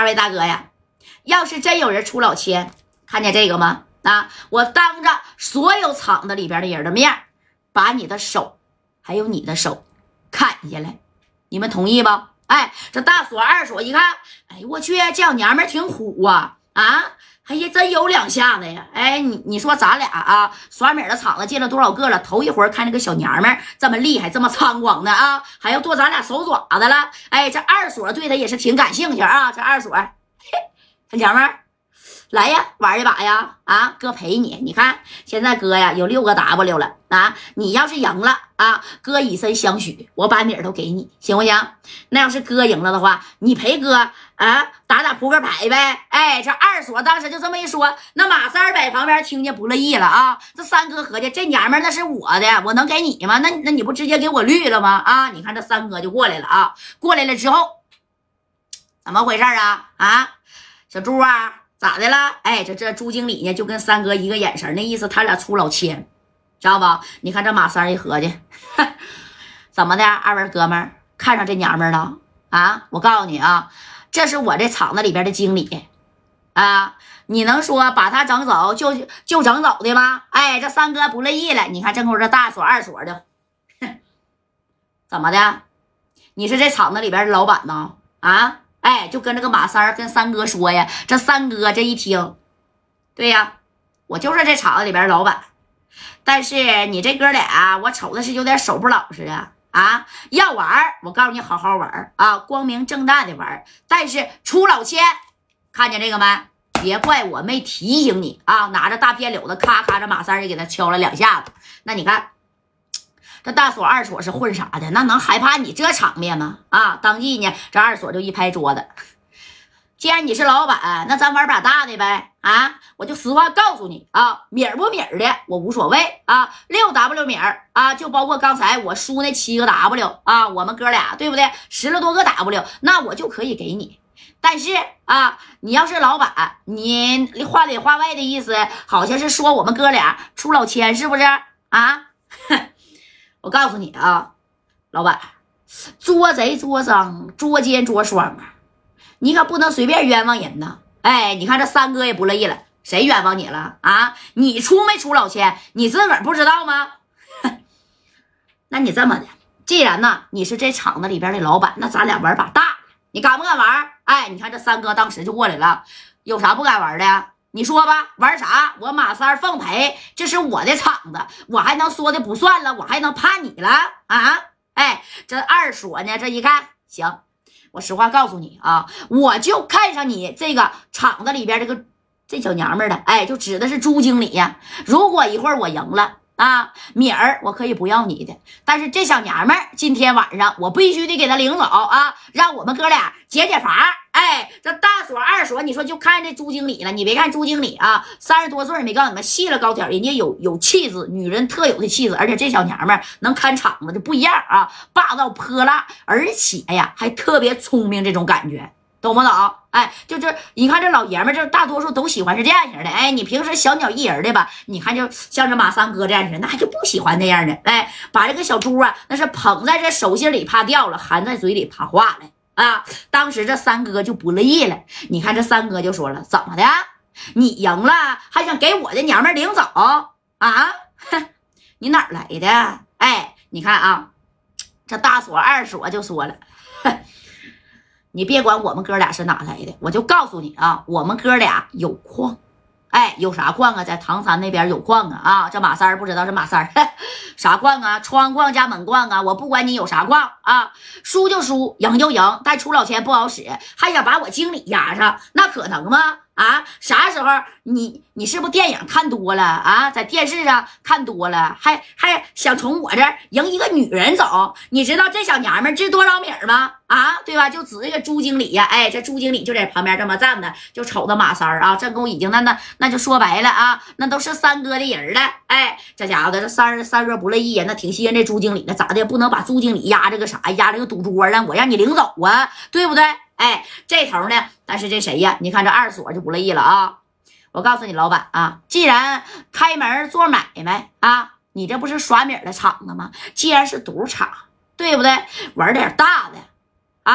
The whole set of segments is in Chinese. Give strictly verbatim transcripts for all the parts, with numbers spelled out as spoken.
二位大哥呀，要是真有人出老千，看见这个吗？啊，我当着所有厂子里边的人的面，把你的手还有你的手砍下来，你们同意不？哎，这大锁二锁一看，哎呦我去，这小娘们挺虎啊啊！哎呀，真有两下子呀！哎，你你说咱俩啊，耍米的厂子进了多少个了？头一回看那个小娘们这么厉害，这么猖狂的啊，还要剁咱俩手爪子了。哎，这二锁对他也是挺感兴趣啊。这二锁，嘿，小娘们儿，来呀，玩一把呀！啊，哥陪你。你看现在哥呀有六个 W 了啊！你要是赢了啊，哥以身相许，我把米儿都给你，行不行？那要是哥赢了的话，你陪哥啊打打扑克牌呗。哎，这二锁当时就这么一说，那马三在旁边听见不乐意了啊！这三哥合计，这娘们那是我的，我能给你吗？那那你不直接给我绿了吗？啊，你看这三哥就过来了啊！过来了之后，怎么回事啊？啊，小猪啊！咋的了？哎，这这朱经理呢，就跟三哥一个眼神，那意思他俩出老千，知道吧？你看这马三一合计，怎么的？二位哥们儿看上这娘们了啊？我告诉你啊，这是我这厂子里边的经理啊，你能说把他整走就就整走的吗？哎，这三哥不乐意了。你看正好这大锁二锁的，怎么的？你是这厂子里边的老板呢？啊？哎，就跟这个马三跟三哥说呀，这三哥这一听，对呀，我就是这厂子里边老板，但是你这哥俩，我瞅的是有点手不老实啊啊！要玩，我告诉你，好好玩啊，光明正大的玩，但是出老千，看见这个没？别怪我没提醒你啊！拿着大片柳子，咔咔，这马三就给他敲了两下子。那你看。这大锁二锁是混啥的？那能害怕你这场面吗？啊！当即呢，这二锁就一拍桌子，既然你是老板，那咱玩把大的呗！啊，我就实话告诉你啊，米儿不米儿的我无所谓啊，六 W 米儿啊，就包括刚才我输那七个 W 啊，我们哥俩对不对？十了多个 W， 那我就可以给你。但是啊，你要是老板，你话里话外的意思好像是说我们哥俩出老千，是不是啊？我告诉你啊，老板，捉贼捉赃，捉奸捉双啊，你可不能随便冤枉人呐！哎，你看这三哥也不乐意了，谁冤枉你了啊？你出没出老千？你自个儿不知道吗？那你这么的，既然呢你是这厂子里边的老板，那咱俩玩把大的，你敢不敢玩？哎，你看这三哥当时就过来了，有啥不敢玩的呀？你说吧，玩啥？我马三奉陪，这是我的厂子，我还能说的不算了？我还能怕你了啊？哎，这二锁呢，这一看行，我实话告诉你啊，我就看上你这个厂子里边这个这小娘们的，哎，就指的是朱经理呀。如果一会儿我赢了啊，米儿我可以不要你的，但是这小娘们今天晚上我必须得给她领走啊，让我们哥俩解解乏。哎，这大锁二锁，你说就看这朱经理了。你别看朱经理啊，三十多岁没告诉你们细了高挑，人家有有气质，女人特有的气质，而且这小娘们能看场子就不一样啊，霸道泼辣，而且呀还特别聪明，这种感觉懂不懂？哎，就这你看这老爷们，这大多数都喜欢是这样型的。哎，你平时小鸟依人的吧，你看就像这马三哥这样型，那就不喜欢那样的。哎，把这个小猪啊，那是捧在这手心里怕掉了，含在嘴里怕化了。啊！当时这三哥就不乐意了，你看这三哥就说了：“怎么的？你赢了还想给我的娘们领走啊？哼，你哪儿来的？哎，你看啊，这大锁二锁就说了，哼，你别管我们哥俩是哪来的，我就告诉你啊，我们哥俩有矿。”哎，有啥矿啊？在唐山那边有矿啊！啊，这马三不知道是马三啥矿啊？窗矿加门矿啊！我不管你有啥矿啊，输就输，赢就赢，但出老千不好使，还想把我经理压上，那可能吗？啊，啥时候你你是不是电影看多了啊？在电视上看多了，还还想从我这儿赢一个女人走？你知道这小娘们值多少米吗？啊，对吧？就指这个朱经理呀、啊，哎，这朱经理就在旁边这么站着，就瞅着马三啊，这够已经那那那就说白了啊，那都是三哥的人了。哎，这家伙的这三三哥不乐意呀，那挺吸引这朱经理的，咋的？不能把朱经理压这个啥，压这个赌桌让我让你领走啊，对不对？哎，这头呢，但是这谁呀？你看这二锁就不乐意了啊！我告诉你，老板啊，既然开门做买卖啊，你这不是耍米的厂子吗？既然是赌场，对不对？玩点大的啊！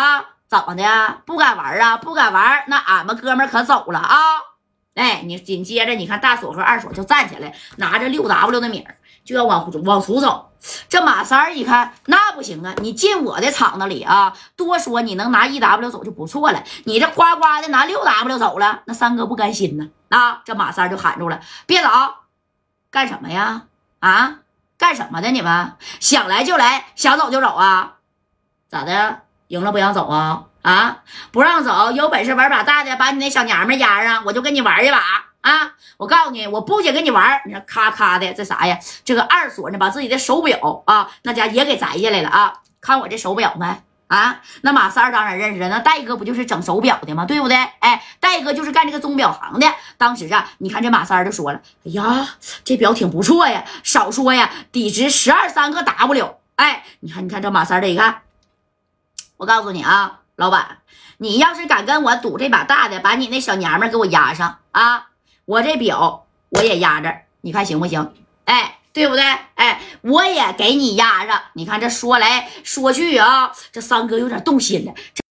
怎么的呀？不敢玩啊？不敢玩，那俺们哥们可走了啊！哎，你紧接着你看大锁和二锁就站起来，拿着六 W 的米就要往往出走。这马三儿一看，那不行啊！你进我的场子里啊，多说你能拿一 W 走就不错了，你这呱呱的拿六 W 走了，那三哥不甘心呢。啊，这马三儿就喊住了：“别走，干什么呀？啊，干什么的？你们想来就来，想走就走啊？咋的？赢了不让走啊？啊，不让走，有本事玩把大的，把你那小娘们压上，我就跟你玩一把。”啊！我告诉你，我不仅跟你玩，你看咔咔的，这啥呀？这个二锁呢，把自己的手表啊，那家也给摘下来了啊！看我这手表没？啊，那马三当然认识了，那戴哥不就是整手表的吗？对不对？哎，戴哥就是干这个钟表行的。当时啊，你看这马三就说了：“哎呀，这表挺不错呀，少说呀，得值十二三个 W。”哎，你看，你看这马三这一看，我告诉你啊，老板，你要是敢跟我赌这把大的，把你那小娘们给我压上啊！我这表我也压着，你看行不行？哎，对不对？哎，我也给你压上。你看这说来说去啊，这三哥有点动心了。